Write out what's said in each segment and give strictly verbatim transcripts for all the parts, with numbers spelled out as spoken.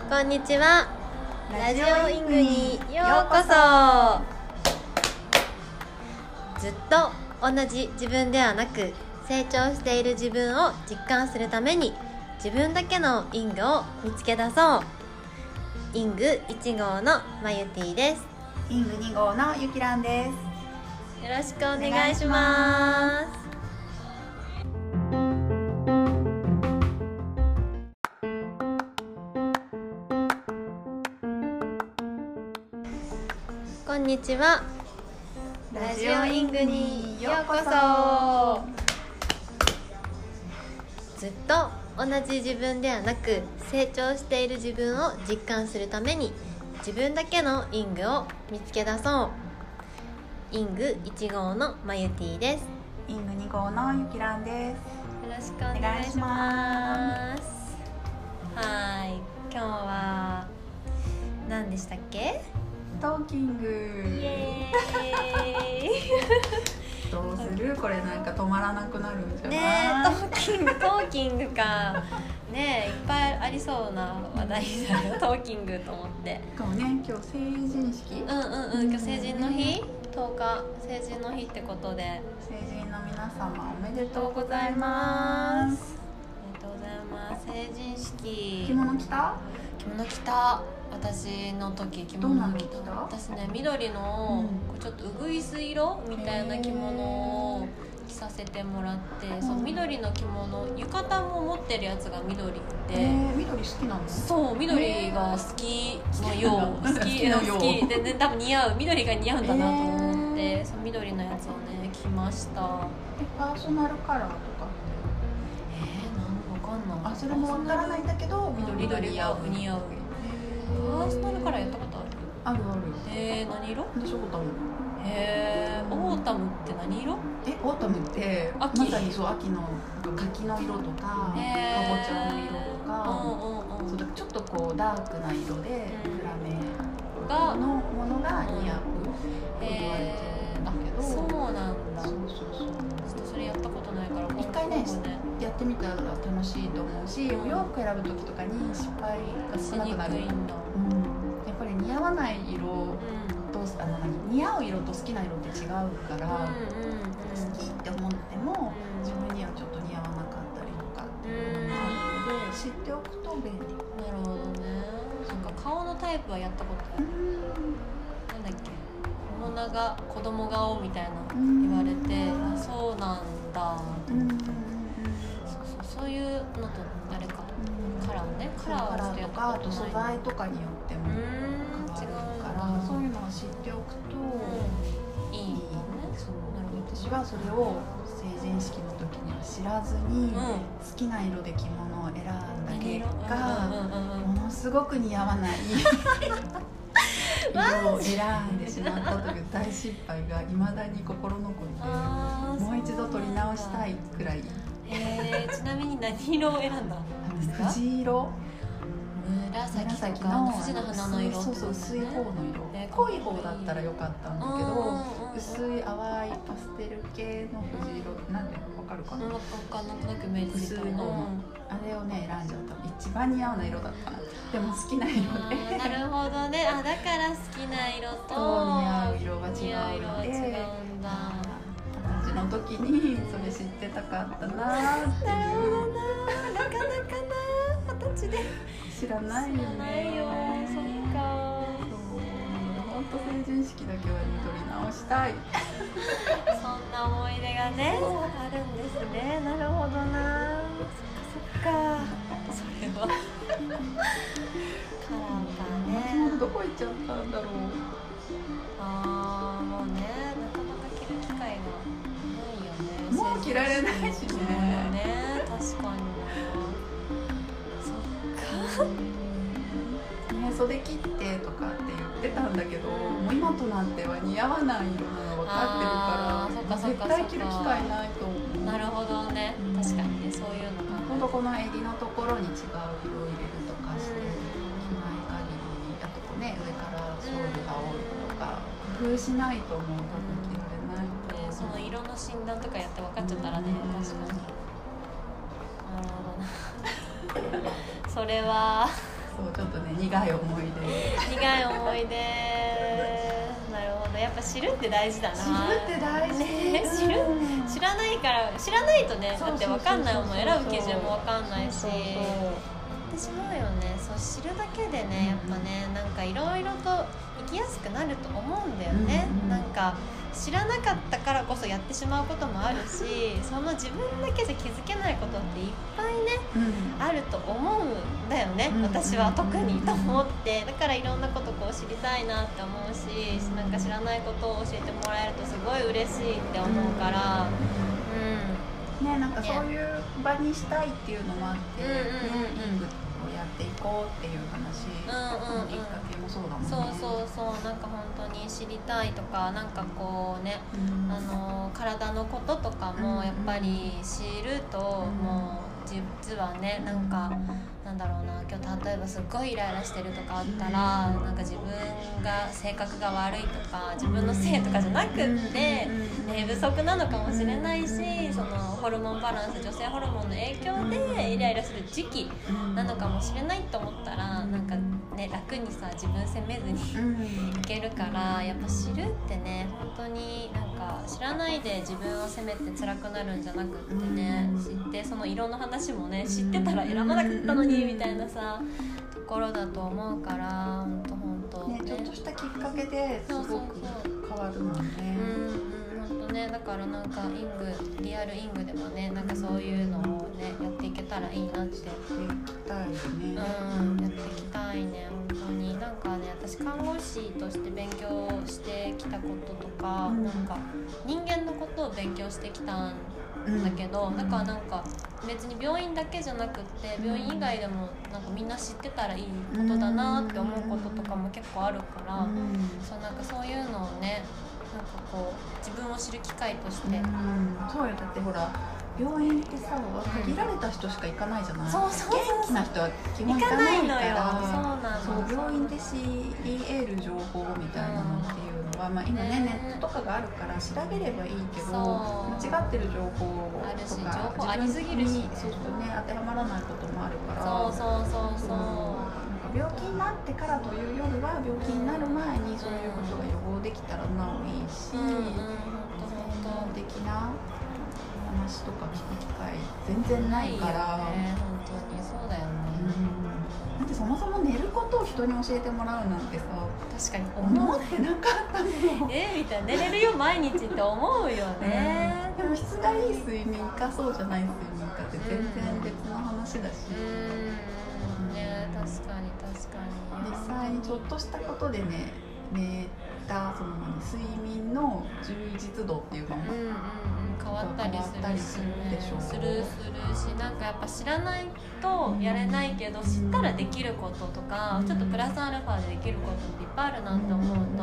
こんにちは。ラジオイングにようこそ。ずっと同じ自分ではなく、成長している自分を実感するために自分だけのイングを見つけ出そう。イングいち号のマユティです。 イングに号のゆきらんです。 よろしくお願いします。こんにちは。ラジオイングにようこそ。ずっと同じ自分ではなく、成長している自分を実感するために自分だけのイングを見つけ出そう。イングいち号のマユティです。 イングに号のゆきらんです。 よろしくお願いします。はい、今日は何でしたっけ？ トーキング。 イエーイどうする？これなんか止まらなくなるんじゃない？ ねえ、トーキング、トーキングか。ねえ、いっぱいありそうな話題だよ、トーキングと思って。 しかもね、今日成人式？ うんうんうん、今日成人の日？とおか、成人の日ってことで。 成人の皆様おめでとうございます。 おめでとうございます。成人式。 着物着た？ 着物着た。私の時着物着た。私ね、緑の、うん、こうちょっとうぐいす色みたいな着物を着させてもらって、そう、緑の着物、浴衣も持ってるやつが緑で、 えー、緑好きなの？ そう、緑が好きのよう、好きのよう、好きで、ね、多分似合う、緑が似合うんだなと思って、えー、そう、緑のやつをね着ました。 え、パーソナルカラーとか？ えー、なんかわかんない。 あ、それもわからないんだけど、緑が似合う。 似合う。パーソナルカラーやったことある？ あるある。 えー、何色？ でしょ、オータム。 へー、オータムって何色？ え、オータムってまさにそう、秋の柿の色とか、かぼちゃの色とか、うんうんうん、そうだ、ちょっとこうダークな色で暗めのものが似合うと言われてるんだけど、 そうなんだ。 そうそうそう。 ちょっとそれやったことないから、 一回ねやってみたら楽しいと思うし、お洋服選ぶ時とかに失敗が少なくなる。うん、やっぱり似合わない色と、あの似合う色と好きな色って違うから、うんうんうん、好きって思っても、うん、自分にはちょっと似合わなかったりとかっていうのがあるので、知っておくと便利。 なるほどね。なんか顔のタイプはやったことある。なんだっけ、この名が子供顔みたいな言われて、あ、そうなんだと思って、そうそう、そういうのとあれか、カラーね、カラーとか、あと素材とかによっても違うから、そういうのを知っておくといいね。そう、なので私はそれを成人式の時には知らずに、好きな色で着物を選んだ結果、ものすごく似合わない色を選んでしまったという大失敗がいまだに心残りで、もう一度撮り直したいくらい。 えー、ちなみに何色を選んだんですか？ 藤色、 紫とか富士の花の色ってことね。 そうそう、薄い方の色、えー、濃い方だったらよかったんだけど、薄い淡いパステル系の藤色、なんでわかるかな？ なんかなんとなくイメージついた。 薄い方の、あれをね選んじゃった。一番似合うな色だったな。でも好きな色で。 なるほどね。あ、だから好きな色と似合う色が違うので、 似合う色は違うんだ。 私の時にそれ知ってたかったなっていう。 なるほどな。なかなかな、二十歳で知らないよね。 知らないよ。そっか。 本当成人式だけは撮り直したい。 そんな思い出がねあるんですね。なるほどな。そっかそっか。それはカラーかね。 どこ行っちゃったんだろう。 ああ、もうね、なかなか着る機会がないよね。 もう着られないしね。 ね、確かにね。そっか。 ね、袖切ってとかって言ってたんだけど、もう今となっては似合わない色なの分かってるから、絶対着る機会ないと思う。 なるほどね、確かにね、そういうのが。 今度この襟のところに違う色を入れるとかして、着ない限り、あとこうね、上からソールが多いとか工夫しないと思う。多分着られない。 ね、その色の診断とかやって分かっちゃったらね、確かに。なるほどな。それはそうちょっとね苦い思い出苦い思い出なるほど、やっぱ知るって大事だな。 知るって大事、 ね、知る、知らないから知らないとね、だって分かんないもん、選ぶ基準も分かんないし、 そうそうそうやってしまうよね。そう知るだけでね、やっぱね、なんかいろいろと生きやすくなると思うんだよね、 うんうん、 なんか知らなかったからこそやってしまうこともあるし、その自分だけじゃ気づけないことっていっぱいね、 うん、 あると思うんだよね、 うん、 私は特にと思って、だからいろんなことこう知りたいなって思うし、なんか知らないことを教えてもらえるとすごい嬉しいって思うから、うん、 ね、なんかそういう場にしたいっていうのもあって、 うんうんうんうん、 イングをやっていこうっていう話のきっかけもそうだもんね。 そうそうそう、なんか本当に知りたいとか、なんかこうね、 うん、 あの体のこととかもやっぱり知ると、もう実はね、なんかなんだろうな、今日例えばすっごいイライラしてるとかあったら、なんか自分が性格が悪いとか自分のせいとかじゃなくって寝不足なのかもしれないし、そのホルモンバランス、女性ホルモンの影響でイライラする時期なのかもしれないと思ったら、なんかね、楽にさ自分責めずにいけるから、やっぱ知るってね、本当になんか知らないで自分を責めて辛くなるんじゃなくってね、知ってその色の話もね、知ってたら選ばなかったのにみたいなさところだと思うから、本当本当ね、ちょっとしたきっかけですごく変わるもんね。 うんうん、本当ね、だからなんかイング、リアルイングでもね、なんかそういうのをねやっていけたらいいなって。 やっていきたいよね。 うん、やっていきたいね、本当に。なんかね、私看護師として勉強してきたこととか、うん、なんか人間のことを勉強してきたんだけど、うん、だからなんか別に病院だけじゃなくって病院以外でもなんかみんな知ってたらいいことだなって思うこととかも結構あるから、うん、そうなんかそういうのをね、なんかこう自分を知る機会として、うん、 そうよ。だってほら病院ってさ、限られた人しか行かないじゃない。 そうそうそう、 元気な人は基本行かないから、 そうなの。 そう病院で知り得る情報みたいなのっていうのは、まあ、今ね、ねネットとかがあるから調べればいいけど、間違ってる情報とかあるし、情報ありすぎるし、 そうそうね、当てはまらないこともあるから、 そうそうそうそう、 なんか病気になってからというよりは病気になる前にそういうことが予防できたらなおいいし、専門的な話とか聞く機会全然ないから、 ね、本当にそうだよね、 うん、だってそもそも寝ることを人に教えてもらうなんてさ、 確かに思ってなかったのえみたいな、寝れるよ毎日って思うよね、 うん、でも質がいい睡眠かそうじゃない睡眠かって全然別の話だし、 うん、ね、確かに確かに、 実際にちょっとしたことでね、寝たその睡眠の充実度っていうのも、うんうんうん、 変わったりするし、ね、 でしょう。 するするし、なんかやっぱ知らないとやれないけど、うん、知ったらできることとか、うん、ちょっとプラスアルファでできることっていっぱいあるなって思うと、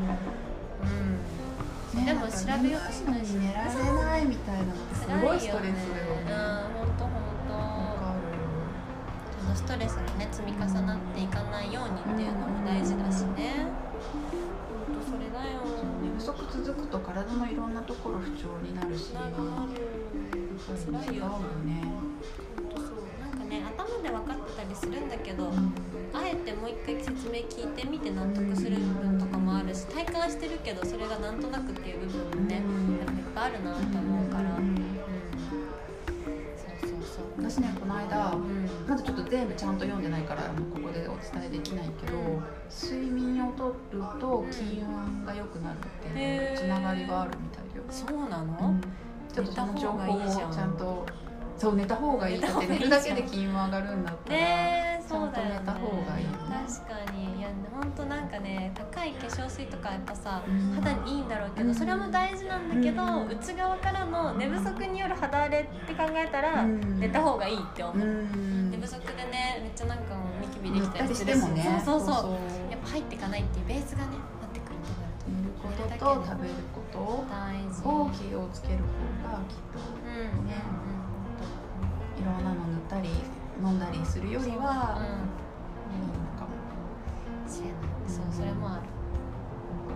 うん、ね、でも調べようとしないし、 寝られないみたいなのってすごいストレスだよね。 うん、本当本当。そのストレスがね積み重なっていかないようにっていうのも大事だしね。本当それだよ。 寝不足続くと体のいろんなところ不調になるし、 なるなる。辛いよね。本当そう。なんかね、頭で分かってたりするんだけど、うん、あえてもう一回説明聞いてみて納得する部分とかもあるし、体感してるけどそれがなんとなくっていう部分もね、やっぱいっぱいあるなと思うから。うん、そうそうそう。 私ね、この間、うん、まだちょっと全部ちゃんと読んでないからここでお伝えできないけど、うん、睡眠をとると金運が良くなるっていうつながりがあるみたいだよ。 そうなの？うん、 ちょっとその情報をちゃんと、そう寝た方がいいって寝るだけで金運上がるんだったら、ね、ちゃんと寝た方がいいよね。 確かに、いや本当なんかね、高い化粧水とかやっぱさ、うん、肌にいいんだろうけど、それも大事なんだけど、うん、内側からの寝不足による肌荒れって考えたら、うん、寝た方がいいって思う、うん、寝不足でね、めっちゃ大事もうニキビできたりしてもね、そうそうそう、そうやっぱ入っていかないっていうベースがねなってくるってなると、 寝ることと食べることを気をつける方がきっとね、うんうんいろんなの塗ったり飲んだりするよりは、うん、いいのかもしれない。そう、それもある。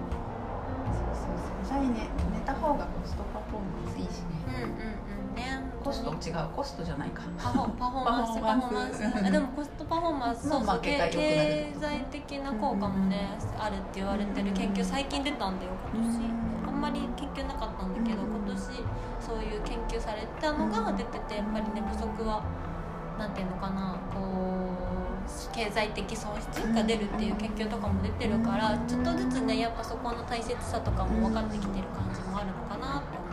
そうそうそう。実際にね、寝た方がコストパフォーマンスいいしね。 うんうんうんね。 コスト違うコストじゃないかパフォパフォーマンスパフォーマンスあでもコストパフォーマンスそうそう経済的な効果もね、うん、あるって言われてる研究最近出たんだよ今年、うん、あんまり研究なかったんだけど今年そういう研究されたのが出ててやっぱりね不足はなんていうのかなこう経済的損失が出るっていう研究とかも出てるからちょっとずつねやっぱそこの大切さとかも分かってきてる感じもあるのかなって思う。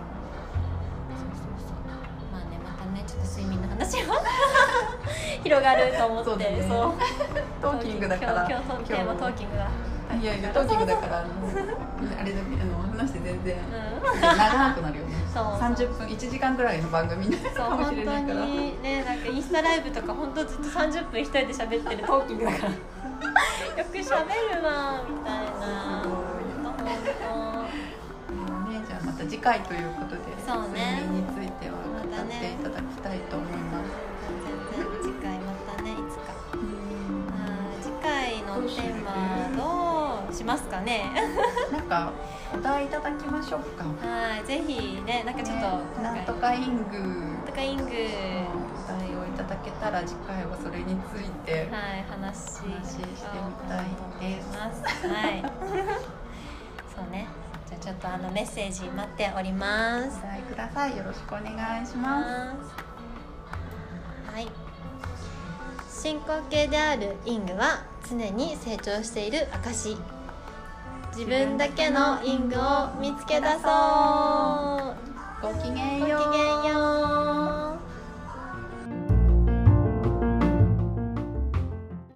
睡眠の話は広がると思ってそう、ね、そうトーキングだから今日今日テーマトーキングだいやいやトーキングだからあのあれだけあの話して全然、うん、長くなるよねそうさんじゅっぷんいちじかんぐらいの番組になるかもしれないからそう本当にねなんかインスタライブとか本当ずっとさんじゅっぷん一人で喋ってるトーキングだからよく喋るなみたいなすごい本当ねじゃあまた次回ということでそうね睡眠については語っていただきたいと思います、 全然次回またねいつかあ次回のテーマどうしますかねなんかお題いただきましょうかはいぜひねなんかちょっと、 ね、なんとかイングなんとかイングお題をいただけたら次回はそれについてはい話し話してみたいですはいそうねじゃあちょっとあのメッセージ待っております。 お答えください。よろしくお願いします。 はい。進行形であるイングは常に成長している証。自分だけのイングを見つけ出そう。 ごきげんよう。 ごきげんよう。